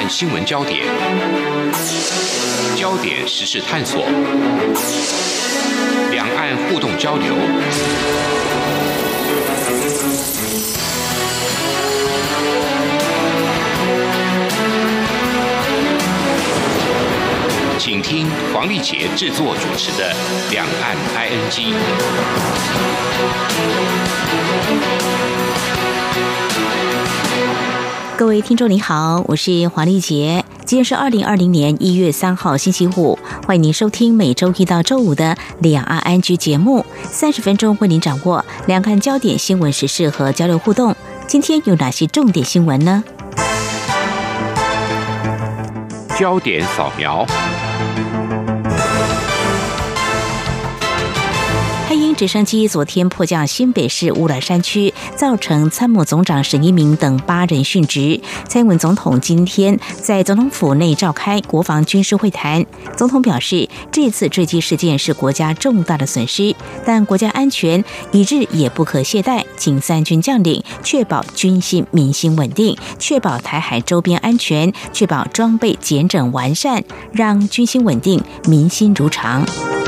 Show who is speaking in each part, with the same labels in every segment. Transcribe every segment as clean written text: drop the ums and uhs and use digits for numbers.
Speaker 1: 岸新闻焦点，焦点时事探索，两岸互动交流。请听黄丽杰制作主持的《两岸 ING》。
Speaker 2: 各位听众您好，我是黄丽杰，今天是2020年1月3号星期五，欢迎您收听每周一到周五的两岸 ING 节目，30分钟为您掌握两岸焦点新闻时事和交流互动。今天有哪些重点新闻呢？
Speaker 1: 焦点扫描。
Speaker 2: 黑鹰直升机昨天迫降新北市乌来山区，造成参谋总长沈一鸣等8人殉职。蔡英文总统今天在总统府内召开国防军事会谈，总统表示，这次坠机事件是国家重大的损失，但国家安全一日也不可懈怠，请三军将领确保军心民心稳定，确保台海周边安全，确保装备检整完善，让军心稳定，民心如常。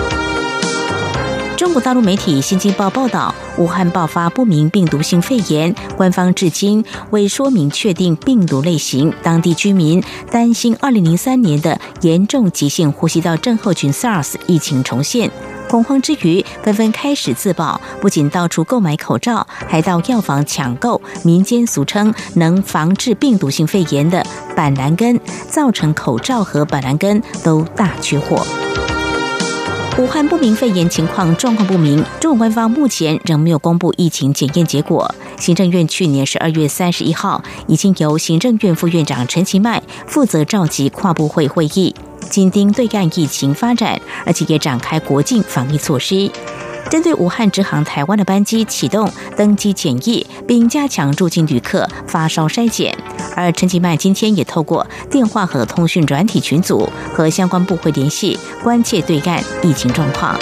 Speaker 2: 中国大陆媒体《新京报》报道，武汉爆发不明病毒性肺炎，官方至今未说明确定病毒类型。当地居民担心2003年的严重急性呼吸道症候群 SARS 疫情重现，恐慌之余纷纷开始自保，不仅到处购买口罩，还到药房抢购民间俗称能防治病毒性肺炎的板蓝根，造成口罩和板蓝根都大缺货。武汉不明肺炎情况状况不明，中国官方目前仍没有公布疫情检验结果。行政院去年12月31号已经由行政院副院长陈其迈负责召集跨部会会议，紧盯对岸疫情发展，而且也展开国境防疫措施。针对武汉直航台湾的班机启动登机检疫，并加强入境旅客发烧筛检。而陈其迈今天也透过电话和通讯软体群组和相关部会联系，关切对岸疫情状况。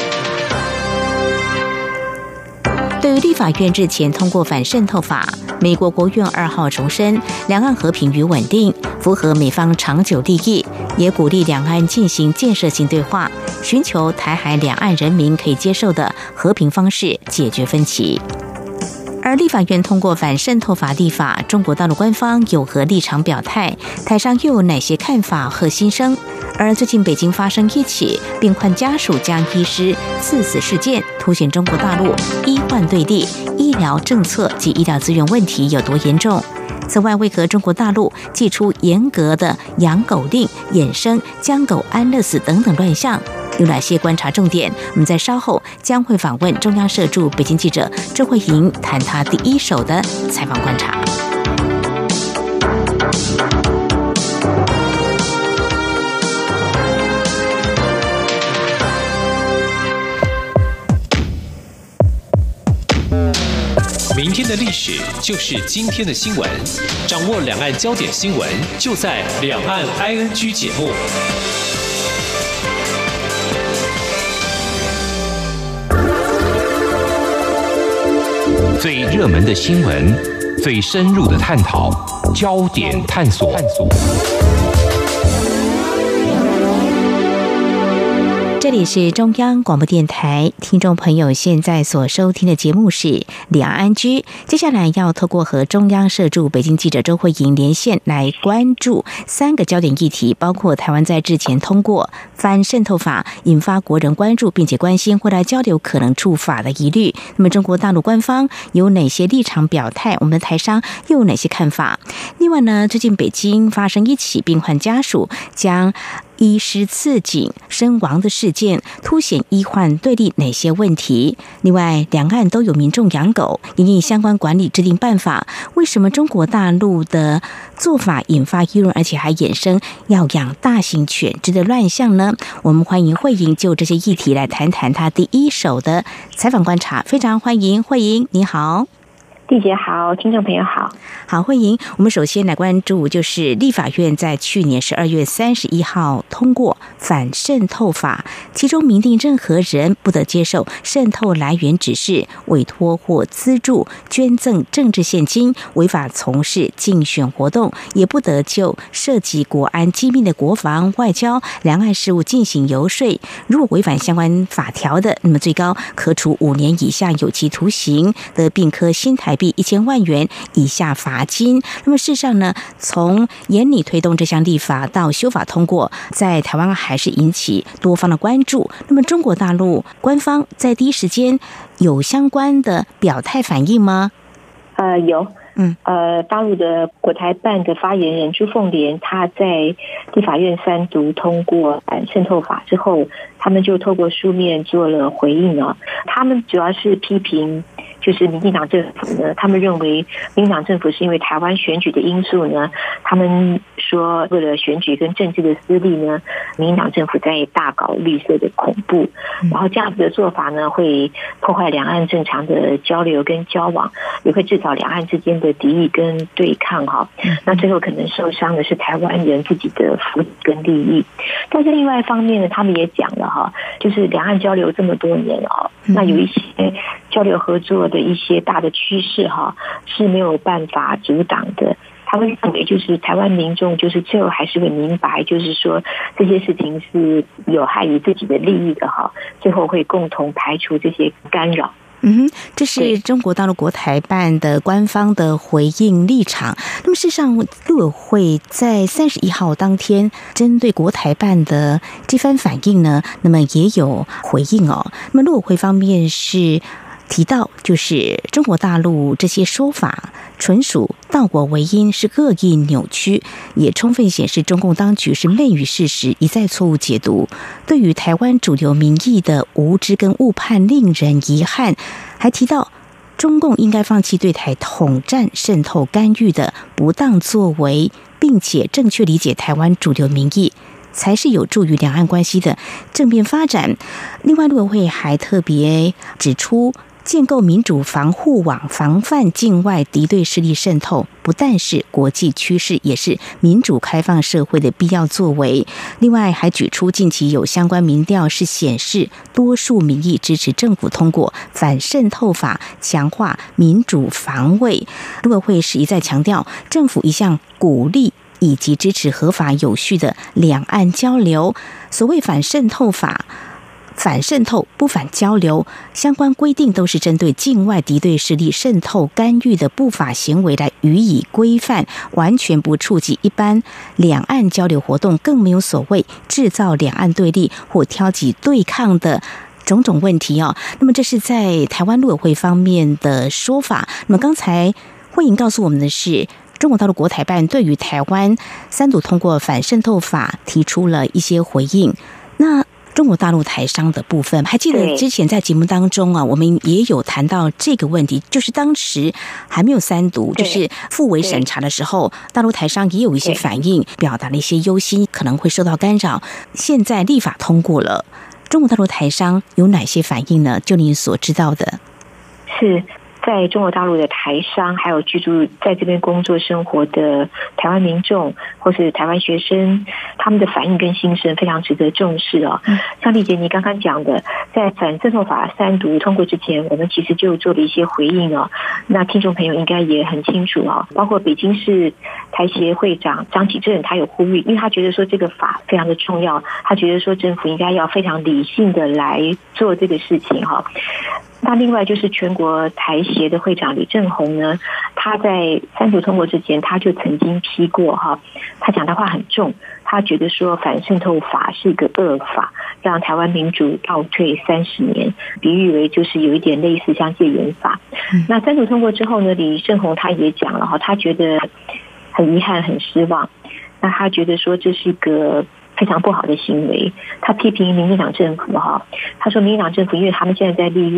Speaker 2: 对于立法院日前通过反渗透法，美国国务院2号重申两岸和平与稳定，符合美方长久利益，也鼓励两岸进行建设性对话，寻求台海两岸人民可以接受的和平方式解决分歧。而立法院通过反渗透法立法，中国大陆官方有何立场表态？台上又有哪些看法和心声？而最近北京发生一起病患家属将医师刺死事件，凸显中国大陆医患对立、医疗政策及医疗资源问题有多严重。此外，为何中国大陆祭出严格的养狗令，衍生将狗安乐死等等乱象？有哪些观察重点？我们在稍后将会访问中央社驻北京记者周慧莹，谈他第一手的采访观察。
Speaker 3: 明天的历史就是今天的新闻，掌握两岸焦点新闻，就在两岸 ING 节目。
Speaker 1: 最热门的新闻，最深入的探讨，焦点探索。
Speaker 2: 这里是中央广播电台，听众朋友现在所收听的节目是两岸 ING。接下来要透过和中央社驻北京记者周慧莹连线，来关注3个焦点议题，包括台湾在日前通过反渗透法，引发国人关注，并且关心未来交流可能触法的疑虑。那么中国大陆官方有哪些立场表态？我们的台商又有哪些看法？另外呢，最近北京发生一起病患家属将医师刺颈身亡的事件，凸显医患对立哪些问题？另外，两岸都有民众养狗，因应相关管理制定办法，为什么中国大陆的做法引发议论，而且还衍生要养大型犬只的乱象呢？我们欢迎慧莹就这些议题来谈谈她第一手的采访观察，非常欢迎慧莹，你好。
Speaker 4: 丽姐好，听众朋友好。
Speaker 2: 好，慧莹，我们首先来关注，就是立法院在去年12月31号通过反渗透法，其中明定任何人不得接受渗透来源指示、委托或资助、捐赠政治现金、违法从事竞选活动，也不得就涉及国安机密的国防、外交、两岸事务进行游说。如果违反相关法条的，那么最高可处5年以下有期徒刑的，并科新台币1000万元以下罚金。那么事实上呢，从研拟推动这项立法到修法通过，在台湾还是引起多方的关注。那么中国大陆官方在第一时间有相关的表态反应吗？
Speaker 4: 有。大陆的国台办的发言人朱凤莲，他在立法院3读通过反渗透法之后，他们就透过书面做了回应啊。他们主要是批评就是民进党政府呢，他们认为民进党政府是因为台湾选举的因素呢，他们说为了选举跟政治的私利呢，民进党政府在大搞绿色的恐怖，然后这样子的做法呢，会破坏两岸正常的交流跟交往，也会制造两岸之间的敌意跟对抗哈。那最后可能受伤的是台湾人自己的福祉跟利益。但是另外一方面呢，他们也讲了哈，就是两岸交流这么多年哦，那有一些交流合作的一些大的趋势哈，是没有办法阻挡的。他们认为就是台湾民众就是最后还是会明白，就是说这些事情是有害于自己的利益的哈，最后会共同排除这些干扰。
Speaker 2: 这是中国大陆国台办的官方的回应立场。那么事实上，陆委会在31号当天针对国台办的这番反应呢，那么也有回应哦。那么陆委会方面是提到，就是中国大陆这些说法纯属倒果为因，是恶意扭曲，也充分显示中共当局是昧于事实，一再错误解读，对于台湾主流民意的无知跟误判令人遗憾。还提到中共应该放弃对台统战、渗透、干预的不当作为，并且正确理解台湾主流民意，才是有助于两岸关系的正面发展。另外，陆委会还特别指出，建构民主防护网，防范境外敌对势力渗透，不但是国际趋势，也是民主开放社会的必要作为。另外还举出近期有相关民调是显示多数民意支持政府通过反渗透法，强化民主防卫。陆委会是一再强调，政府一向鼓励以及支持合法有序的两岸交流。所谓反渗透法，反渗透不反交流，相关规定都是针对境外敌对势力渗透干预的不法行为来予以规范，完全不触及一般两岸交流活动，更没有所谓制造两岸对立或挑起对抗的种种问题哦。那么这是在台湾陆委会方面的说法。那么刚才慧莹告诉我们的是，中国大陆国台办对于台湾3读通过反渗透法提出了一些回应。那中国大陆台商的部分，还记得之前在节目当中啊，我们也有谈到这个问题，就是当时还没有3读，就是复委审查的时候，大陆台商也有一些反应，表达了一些忧心，可能会受到干扰。现在立法通过了，中国大陆台商有哪些反应呢？就你所知道的。
Speaker 4: 是在中国大陆的台商，还有居住在这边工作生活的台湾民众或是台湾学生，他们的反应跟心声非常值得重视哦。像丽姐你刚刚讲的，在反渗透法3读通过之前，我们其实就做了一些回应哦。那听众朋友应该也很清楚哦，包括北京市台协会长张启正，他有呼吁，因为他觉得说这个法非常的重要，他觉得说政府应该要非常理性的来做这个事情哈。那另外就是全国台协的会长李正宏呢，他在3读通过之前，他就曾经批过哈，他讲的话很重，他觉得说反渗透法是一个恶法，让台湾民主倒退30年，比喻为就是有一点类似像戒严法。那3读通过之后呢，李正宏他也讲了哈，他觉得很遗憾很失望，那他觉得说这是一个非常不好的行为，他批评民进党政府哈，他说民进党政府因为他们现在在立院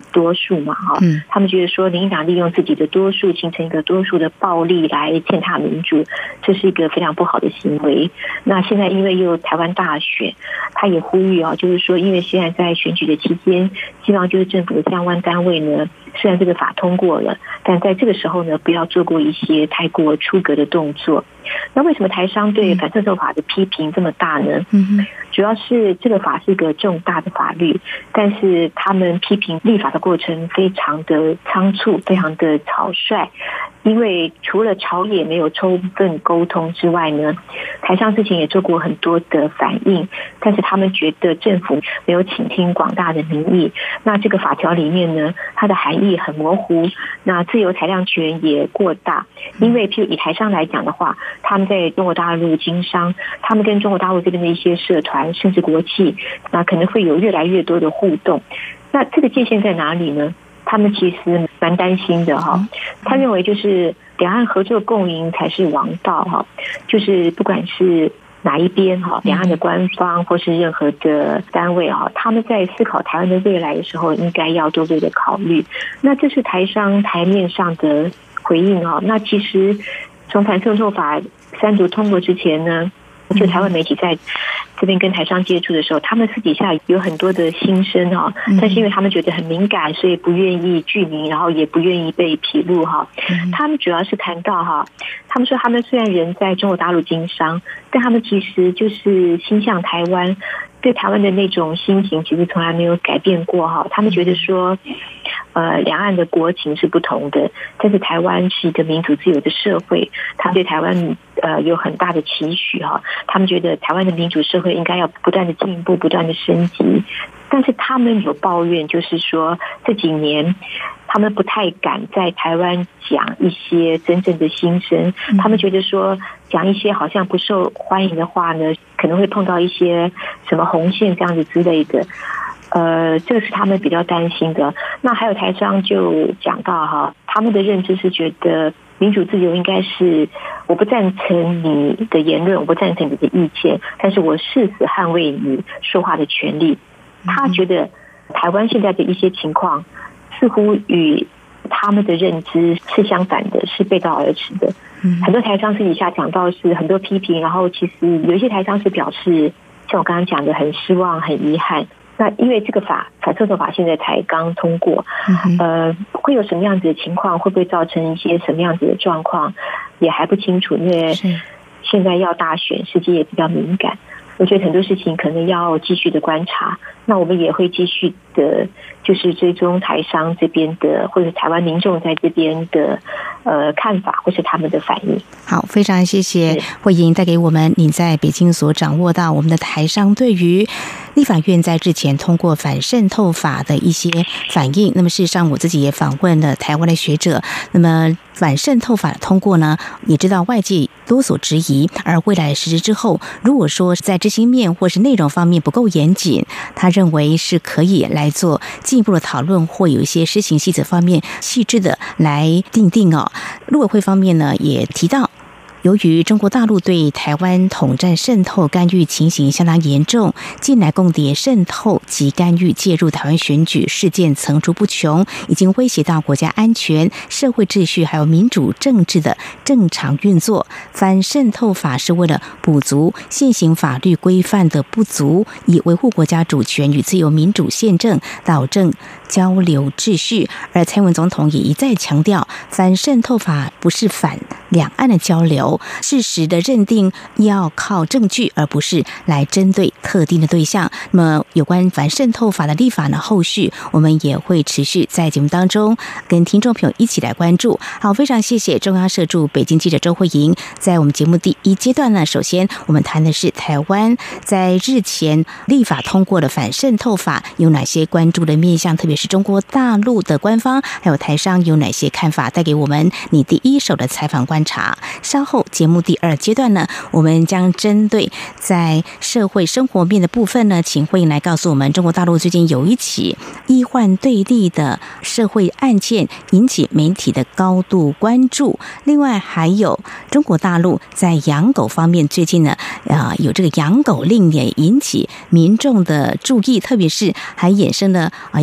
Speaker 4: 多数嘛，他们觉得说民进党利用自己的多数形成一个多数的暴力来践踏民主，这是一个非常不好的行为。那现在因为又台湾大选，他也呼吁就是说因为现在在选举的期间，希望就是政府的相关单位呢，虽然这个法通过了，但在这个时候呢，不要做过一些太过出格的动作。那为什么台商对反渗透法的批评这么大呢？主要是这个法是一个重大的法律，但是他们批评立法的过程非常的仓促，非常的草率，因为除了朝野没有充分沟通之外呢，台商之前也做过很多的反应，但是他们觉得政府没有倾听广大的民意。那这个法条里面呢，它的含义很模糊，那自由裁量权也过大，因为譬如以台商来讲的话，他们在中国大陆经商，他们跟中国大陆这边的一些社团甚至国企，那可能会有越来越多的互动。那这个界限在哪里呢？他们其实蛮担心的他认为就是两岸合作共赢才是王道就是不管是哪一边两岸的官方或是任何的单位他们在思考台湾的未来的时候，应该要多多的考虑。那这是台商台面上的回应那其实从反渗透法3读通过之前呢，就台湾媒体在这边跟台商接触的时候，他们私底下有很多的心声但是因为他们觉得很敏感，所以不愿意具名，然后也不愿意被披露他们主要是谈到他们说他们虽然人在中国大陆经商，但他们其实就是心向台湾，对台湾的那种心情其实从来没有改变过他们觉得说两岸的国情是不同的，但是台湾是一个民主自由的社会，他们对台湾有很大的期许他们觉得台湾的民主社会应该要不断的进步，不断的升级。但是他们有抱怨，就是说这几年他们不太敢在台湾讲一些真正的心声，他们觉得说讲一些好像不受欢迎的话呢，可能会碰到一些什么红线这样子之类的。这个是他们比较担心的。那还有台商就讲到他们的认知是觉得民主自由应该是我不赞成你的言论，我不赞成你的意见，但是我誓死捍卫你说话的权利。他觉得台湾现在的一些情况似乎与他们的认知是相反的，是背道而驰的。很多台商私底下讲到是很多批评，然后其实有一些台商是表示像我刚刚讲的很失望很遗憾。那因为这个反渗透法现在才刚通过会有什么样子的情况，会不会造成一些什么样子的状况也还不清楚，因为现在要大选，世界也比较敏感，我觉得很多事情可能要继续的观察。那我们也会继续的就是追踪台商这边的或者台湾民众在这边的看法或是他们的反应。
Speaker 2: 好，非常谢谢慧莹带给我们你在北京所掌握到我们的台商对于立法院在日前通过反渗透法的一些反应。那么事实上我自己也访问了台湾的学者，那么反渗透法的通过呢，也知道外界多所质疑，而未来实施之后，如果说在执行面或是内容方面不够严谨，他认为是可以来做进一步的讨论，或有一些施行细则方面细致的来订定陆委会方面呢也提到，由于中国大陆对台湾统战渗透干预情形相当严重，近来共谍渗透及干预介入台湾选举事件层出不穷，已经威胁到国家安全、社会秩序还有民主政治的正常运作。反渗透法是为了补足现行法律规范的不足，以维护国家主权与自由民主宪政，导正交流秩序。而蔡英文总统也一再强调，反渗透法不是反两岸的交流，事实的认定要靠证据，而不是来针对特定的对象。那么有关反渗透法的立法呢，后续我们也会持续在节目当中跟听众朋友一起来关注。好，非常谢谢中央社驻北京记者周慧莹。在我们节目第一阶段呢，首先我们谈的是台湾在日前立法通过的反渗透法有哪些关注的面向，特别是中国大陆的官方还有台商有哪些看法，带给我们你第一手的采访观察。稍后节目第二阶段呢，我们将针对在社会生活面的部分呢，请慧莹来告诉我们，中国大陆最近有一起医患对立的社会案件引起媒体的高度关注。另外还有中国大陆在养狗方面最近呢有这个养狗令也引起民众的注意，特别是还衍生了一些现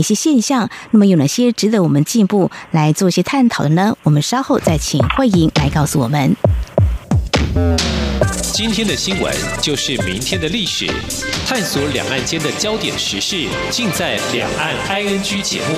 Speaker 2: 象，那么有哪些值得我们进一步来做一些探讨的呢？我们稍后再请慧莹来告诉我们。
Speaker 3: 今天的新闻就是明天的历史，探索两岸间的焦点时事，尽在两岸 ING 节目。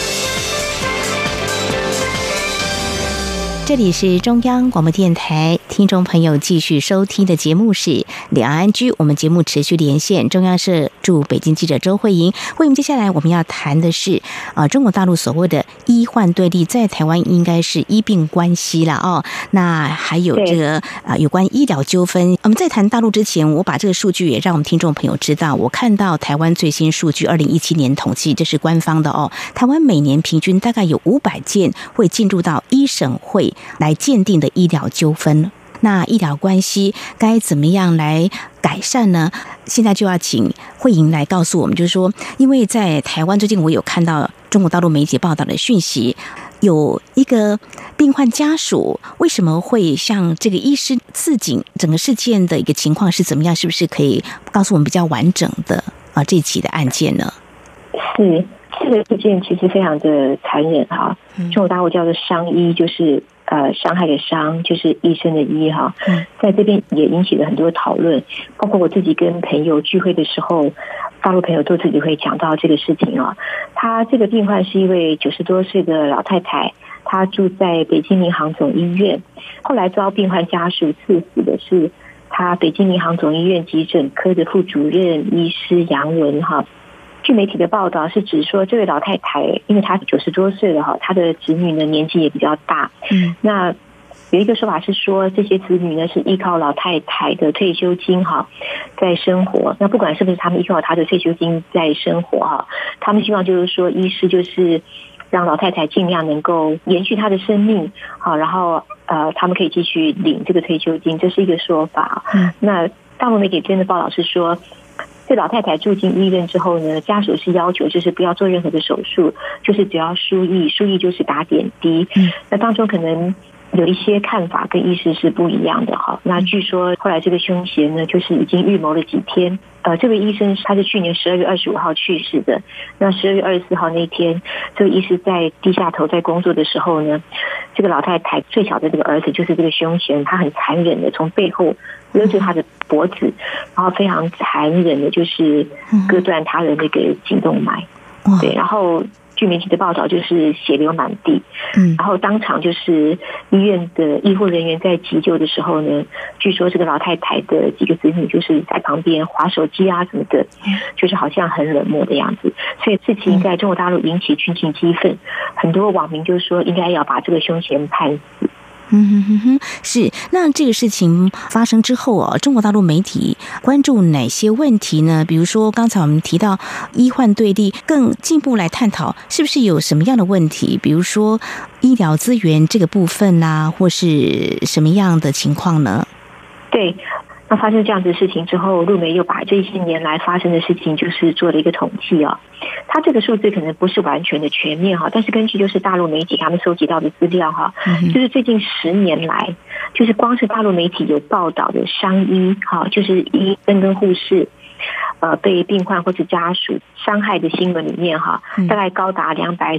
Speaker 2: 这里是中央广播电台，听众朋友继续收听的节目是两岸 ING， 我们节目持续连线中央社驻北京记者周慧莹。慧莹，接下来我们要谈的是中国大陆所谓的医患对立，在台湾应该是医病关系了哦。那还有这个有关医疗纠纷。我们在谈大陆之前，我把这个数据也让我们听众朋友知道。我看到台湾最新数据，2017年统计，这是官方的哦。台湾每年平均大概有500件会进入到医审会来鉴定的医疗纠纷，那医疗关系该怎么样来改善呢？现在就要请慧莹来告诉我们，就是说，因为在台湾最近我有看到中国大陆媒体报道的讯息，有一个病患家属为什么会向这个医师刺警，整个事件的一个情况是怎么样？是不是可以告诉我们比较完整的这起的案件呢？
Speaker 4: 是，这个事件其实非常的残忍哈。中国大陆叫做伤医，就是伤害的伤，就是医生的医哈。在这边也引起了很多讨论，包括我自己跟朋友聚会的时候，大陆朋友都自己会讲到这个事情啊。他这个病患是一位90多岁的老太太，她住在北京民航总医院，后来遭病患家属刺死的是她北京民航总医院急诊科的副主任医师杨文哈。据媒体的报道是指说，这位老太太因为她90多岁了哈，她的子女呢年纪也比较大，那有一个说法是说，这些子女呢是依靠老太太的退休金哈在生活。那不管是不是他们依靠她的退休金在生活哈，他们希望就是说，医师就是让老太太尽量能够延续她的生命好，然后他们可以继续领这个退休金，这是一个说法。那大陆媒体真的报道是说，这老太太住进医院之后呢，家属是要求就是不要做任何的手术，就是只要输液就是打点滴。那当中可能有一些看法跟医师是不一样的哈。那据说后来这个凶嫌呢，就是已经预谋了几天。这位医生他是去年12月25号去世的。那12月24号那天，这位医师在低下头在工作的时候呢，这个老太太最小的这个儿子就是这个凶嫌，他很残忍的从背后勒住他的脖子，然后非常残忍的就是割断他的那个颈动脉。对，然后据媒体的报道就是血流满地，然后当场就是医院的医护人员在急救的时候呢，据说这个老太太的几个子女就是在旁边滑手机啊什么的，就是好像很冷漠的样子。所以事情在中国大陆引起群情激愤，很多网民就说应该要把这个凶嫌判死。
Speaker 2: 是。那这个事情发生之后中国大陆媒体关注哪些问题呢？比如说刚才我们提到医患对立，更进一步来探讨是不是有什么样的问题，比如说医疗资源这个部分啦，或是什么样的情况呢？对。那发生这样子的事情之后，陆媒又把这些年来发生的事情就是做了一个统计它这个数字可能不是完全的全面但是根据就是大陆媒体他们收集到的资料就是最近10年来，就是光是大陆媒体有报道的伤医就是医生跟护士被病患或者家属伤害的新闻里面大概高达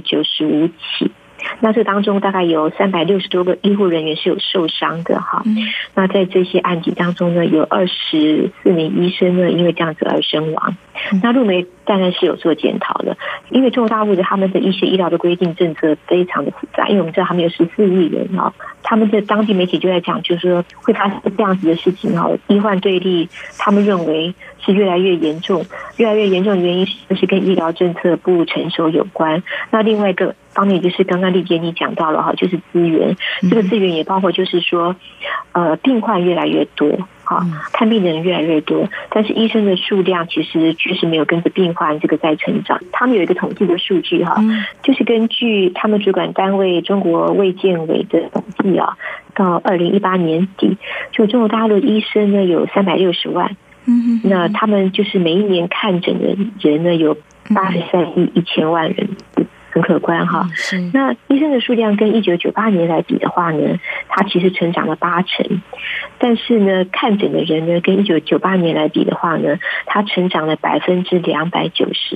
Speaker 2: 295起。那这当中大概有360多个医护人员是有受伤的那在这些案件当中呢，有24名医生呢因为这样子而身亡。那陆媒当然是有做检讨的，因为中国大陆的他们的一些医疗的规定政策非常的复杂，因为我们知道他们有14亿人他们的当地媒体就在讲，就是说会发生这样子的事情医患对立，他们认为是越来越严重的原因就是跟医疗政策不成熟有关。那另外一个方面就是刚刚丽姐你讲到了就是资源，这个资源也包括就是说病患越来越多看病的人越来越多，但是医生的数量其实确实没有跟着病患这个在成长。他们有一个统计的数据就是根据他们主管单位中国卫健委的统计到2018年底，就中国大陆的医生呢有360万，那他们就是每一年看诊的人呢有83亿1000万人，很可观那医生的数量跟1998年来比的话呢，它其实成长了80%，但是呢看诊的人呢跟1998年来比的话呢，它成长了290%。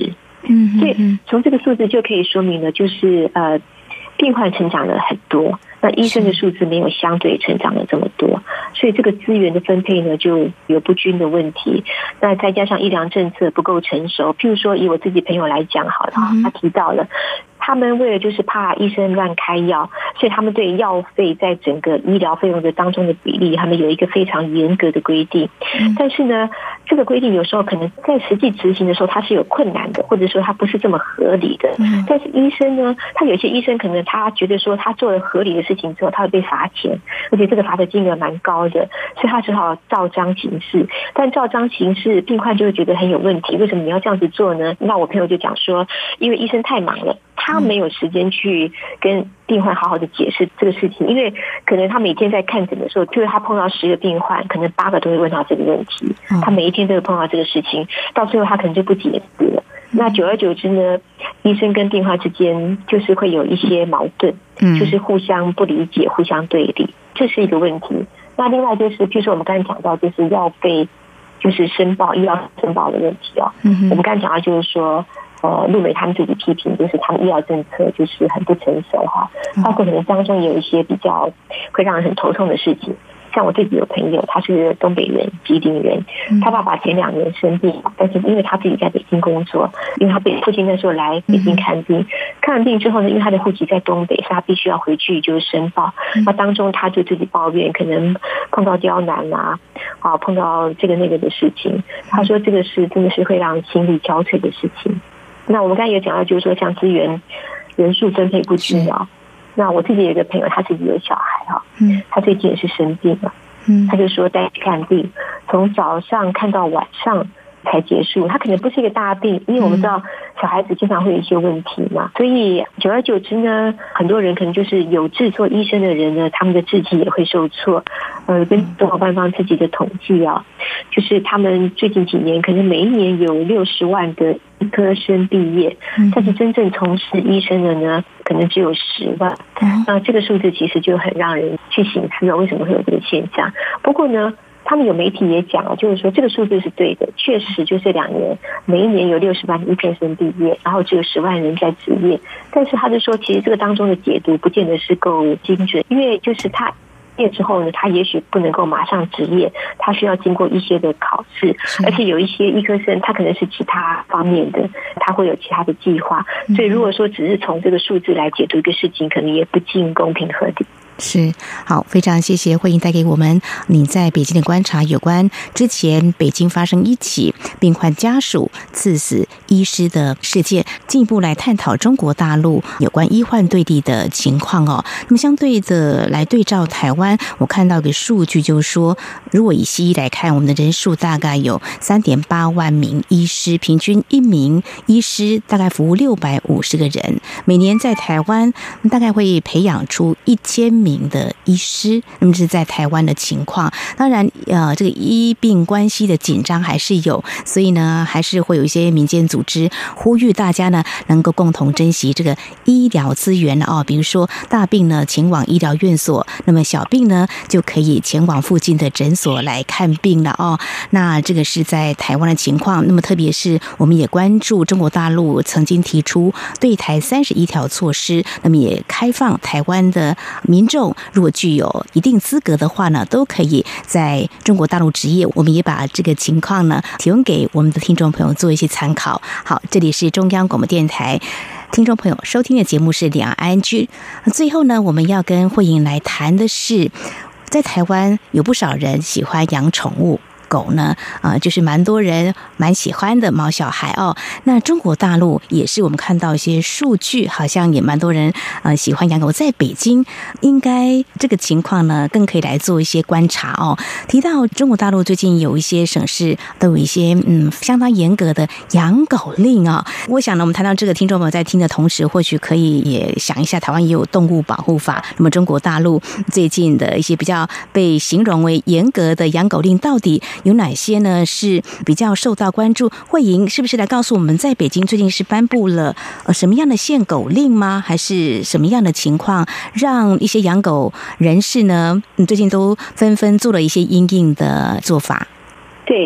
Speaker 4: 所以从这个数字就可以说明了，就是病患成长了很多，那医生的数字没有相对成长了这么多，所以这个资源的分配呢就有不均的问题。那再加上医疗政策不够成熟，譬如说以我自己朋友来讲好了，他提到了他们为了就是怕医生乱开药，所以他们对药费在整个医疗费用的当中的比例，他们有一个非常严格的规定。但是呢，这个规定有时候可能在实际执行的时候它是有困难的，或者说它不是这么合理的。但是医生呢，他有些医生可能他觉得说他做了合理的事情之后他会被罚钱，而且这个罚的金额蛮高的，所以他只好照章行事。但照章行事，病患就会觉得很有问题，为什么你要这样子做呢？那我朋友就讲说，因为医生太忙了，他没有时间去跟病患好好的解释这个事情，因为可能他每天在看诊的时候，就是他碰到10个病患，可能8个都会问到这个问题，他每一天都会碰到这个事情，到最后他可能就不解释了。那久而久之呢，医生跟病患之间就是会有一些矛盾，就是互相不理解，互相对立，这是一个问题。那另外就是，譬如说我们刚才讲到，就是药费就是申报医疗申报的问题哦。我们刚才讲到就是说。陆美他们自己批评，就是他们医疗政策就是很不成熟哈，包括可能当中有一些比较会让人很头痛的事情。像我自己有朋友，他是东北人，吉林人，他爸爸前2年生病，但是因为他自己在北京工作，因为他父亲那时候来北京看病，看完病之后呢，因为他的户籍在东北，所以他必须要回去就是申报。那当中他就自己抱怨，可能碰到刁难碰到这个那个的事情，他说这个是真的是会让心力交瘁的事情。那我们刚才也讲到，就是说像资源人数分配不均啊。那我自己有一个朋友，他自己有小孩他最近也是生病了，他就说带去看病，从早上看到晚上才结束。他可能不是一个大病，因为我们知道小孩子经常会有一些问题嘛，所以久而久之呢，很多人可能就是有志做医生的人呢，他们的志气也会受挫。跟中国官方自己的统计就是他们最近几年可能每一年有60万的医科生毕业，但是真正从事医生的呢，可能只有10万。那这个数字其实就很让人去省思为什么会有这个现象。不过呢，他们有媒体也讲就是说这个数字是对的，确实就这2年每一年有60万的医科生毕业，然后只有10万人在执业。但是他就说其实这个当中的解读不见得是够精准，因为就是他毕业之后呢，他也许不能够马上执业，他需要经过一些的考试，而且有一些医科生他可能是其他方面的，他会有其他的计划，所以如果说只是从这个数字来解读一个事情，可能也不尽公平合理。
Speaker 2: 是，好，非常谢谢慧英带给我们你在北京的观察，有关之前北京发生一起病患家属刺死医师的事件，进一步来探讨中国大陆有关医患对立的情况哦。那么相对的来对照台湾，我看到一个数据，就是说，如果以西医来看，我们的人数大概有3.8万名医师，平均1名医师大概服务650个人，每年在台湾大概会培养出1000名的医师，那么是在台湾的情况。当然这个医病关系的紧张还是有，所以呢还是会有一些民间组织呼吁大家呢能够共同珍惜这个医疗资源比如说大病呢前往医疗院所，那么小病呢就可以前往附近的诊所来看病了那这个是在台湾的情况。那么特别是我们也关注中国大陆曾经提出对台31条措施，那么也开放台湾的民众如果具有一定资格的话呢，都可以在中国大陆执业。我们也把这个情况呢提供给我们的听众朋友做一些参考。好，这里是中央广播电台，听众朋友收听的节目是两岸安居。最后呢，我们要跟慧颖来谈的是，在台湾有不少人喜欢养宠物。狗呢就是蛮多人蛮喜欢的毛小孩那中国大陆也是我们看到一些数据，好像也蛮多人喜欢养狗。在北京应该这个情况呢更可以来做一些观察提到中国大陆最近有一些省市都有一些相当严格的养狗令我想呢，我们谈到这个，听众朋友在听的同时，或许可以也想一下，台湾也有动物保护法。那么中国大陆最近的一些比较被形容为严格的养狗令，到底有哪些呢是比较受到关注？慧莹是不是来告诉我们，在北京最近是颁布了什么样的限狗令吗？还是什么样的情况让一些养狗人士呢最近都纷纷做了一些因应的做法？
Speaker 4: 对，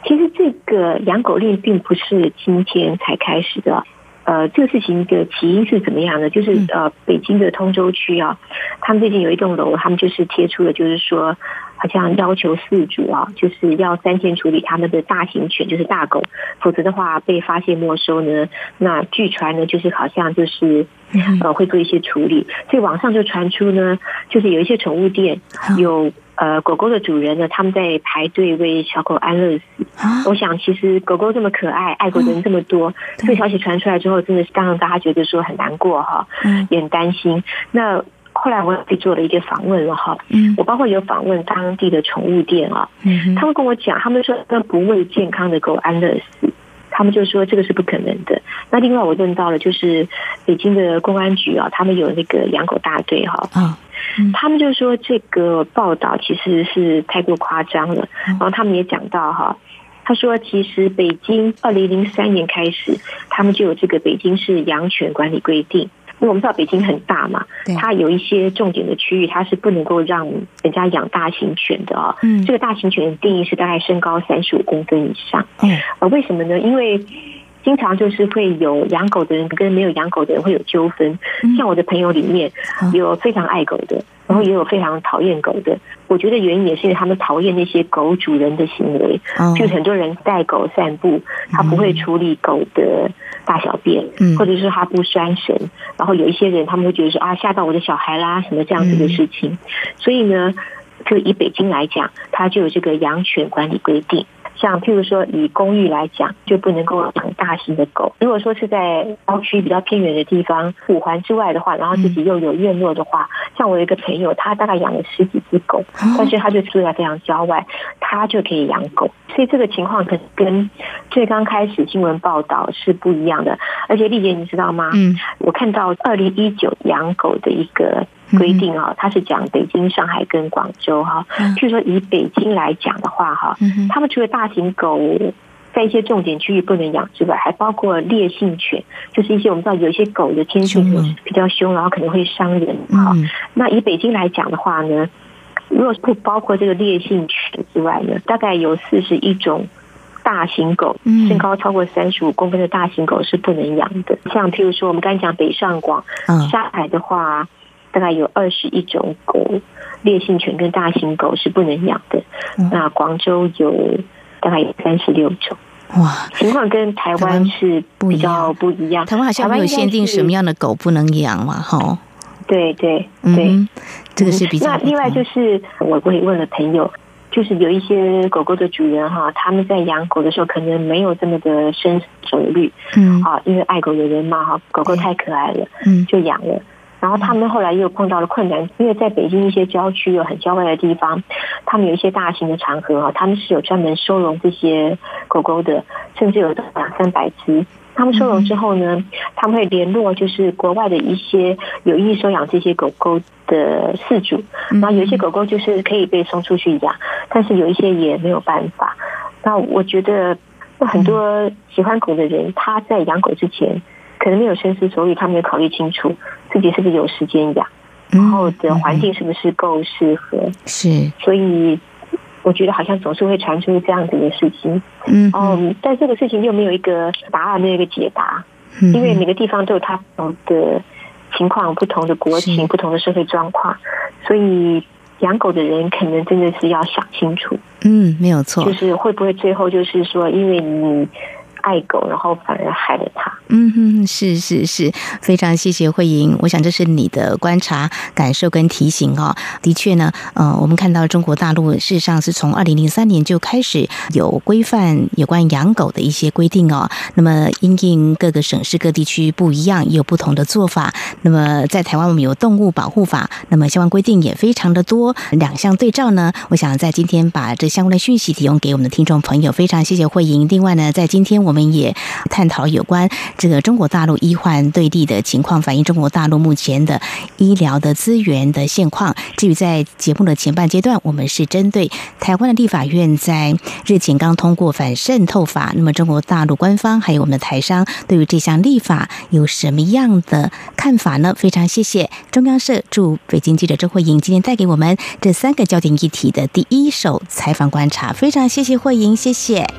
Speaker 4: 其实这个养狗令并不是今天才开始的。这个事情的起因是怎么样呢？就是北京的通州区啊，他们最近有一栋楼，他们就是贴出了，就是说好像要求饲主啊，就是要3天处理他们的大型犬，就是大狗，否则的话被发现没收呢。那据传呢，就是好像就是会做一些处理，所以网上就传出呢，就是有一些宠物店有狗狗的主人呢，他们在排队为小狗安乐死。我想其实狗狗这么可爱，爱狗的人这么多，这个消息传出来之后，真的是让大家觉得说很难过哈，也很担心。那后来我也去做了一个访问了哈，我包括有访问当地的宠物店啊，他们跟我讲，他们说他们不为健康的狗安乐死。他们就说这个是不可能的。那另外我问到了，就是北京的公安局啊，他们有那个养狗大队哈，他们就说这个报道其实是太过夸张了。然后他们也讲到哈，他说其实北京2003年开始，他们就有这个北京市养犬管理规定。因为我们知道北京很大嘛，它有一些重点的区域，它是不能够让人家养大型犬的啊。这个大型犬的定义是大概身高35公分以上。为什么呢？因为经常就是会有养狗的人跟没有养狗的人会有纠纷。像我的朋友里面有非常爱狗的，然后也有非常讨厌狗的。我觉得原因也是因为他们讨厌那些狗主人的行为，就是很多人带狗散步，他不会处理狗的大小便，或者是他不拴绳，然后有一些人他们会觉得说吓到我的小孩啦什么这样子的事情。所以呢，就以北京来讲，它就有这个养犬管理规定。像譬如说以公寓来讲，就不能够养大型的狗。如果说是在郊区比较偏远的地方5环之外的话，然后自己又有院落的话，像我有一个朋友，他大概养了10几只狗，但是他就住在非常郊外，他就可以养狗。所以这个情况可能跟最刚开始新闻报道是不一样的。而且丽姐你知道吗？我看到2019养狗的一个规定啊，它是讲北京、上海跟广州哈。譬如说以北京来讲的话哈，他们除了大型狗在一些重点区域不能养之外，还包括烈性犬，就是一些我们知道有一些狗的天性比较凶，然后可能会伤人哈。那以北京来讲的话呢，如果不包括这个烈性犬之外呢，大概有41种大型狗，身高超过35公分的大型狗是不能养的。像譬如说我们刚才讲北上广、上海的话，大概有21种狗，烈性犬跟大型狗是不能养的。那广州有大概有36种。哇，情况跟台湾是比较不一样。
Speaker 2: 台湾好像没有限定什么样的狗不能养嘛，哈。对，这个是比较。
Speaker 4: 那另外就是我也问了朋友，就是有一些狗狗的主人哈，他们在养狗的时候可能没有这么的深手虑，因为爱狗的人嘛哈，狗狗太可爱了，就养了。然后他们后来又碰到了困难，因为在北京一些郊区有很郊外的地方，他们有一些大型的场合哈，他们是有专门收容这些狗狗的，甚至有200-300只。他们收容之后呢，他们会联络就是国外的一些有意收养这些狗狗的饲主，然后有一些狗狗就是可以被送出去养，但是有一些也没有办法。那我觉得很多喜欢狗的人，他在养狗之前可能没有深思熟虑，他没有考虑清楚自己是不是有时间养，然后的环境是不是够适合，是，所以我觉得好像总是会传出这样子的事情，但这个事情又没有一个答案，没有一个解答，因为每个地方都有它不同的情况、不同的国情、不同的社会状况，所以养狗的人可能真的是要想清楚，没有错，就是会不会最后就是说，因为你爱狗，然后反而害了它。是，非常谢谢慧莹，我想这是你的观察、感受跟提醒哦。的确呢，我们看到中国大陆事实上是从2003年就开始有规范有关养狗的一些规定哦。那么因应各个省市各地区不一样，也有不同的做法。那么在台湾我们有动物保护法，那么相关规定也非常的多。两项对照呢，我想在今天把这相关的讯息提供给我们的听众朋友，非常谢谢慧莹。另外呢，在今天我们也探讨有关这个中国大陆医患对立的情况，反映中国大陆目前的医疗的资源的现况。至于在节目的前半阶段，我们是针对台湾的立法院在日前刚通过反渗透法，那么中国大陆官方还有我们的台商对于这项立法有什么样的看法呢？非常谢谢中央社驻北京记者周慧莹今天带给我们这3个焦点议题的第一手采访观察，非常谢谢慧莹，谢谢。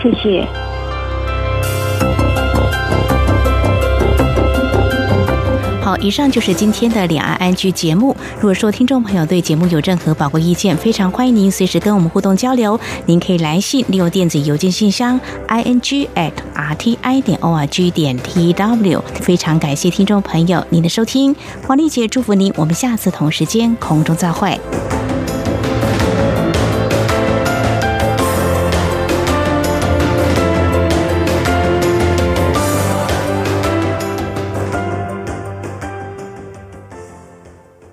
Speaker 4: 谢谢。
Speaker 2: 好，以上就是今天的两岸安居节目。如果说听众朋友对节目有任何宝贵意见，非常欢迎您随时跟我们互动交流。您可以来信利用电子邮件信箱 ing@rti.org.tw。非常感谢听众朋友您的收听，黄丽姐祝福您，我们下次同时间空中再会。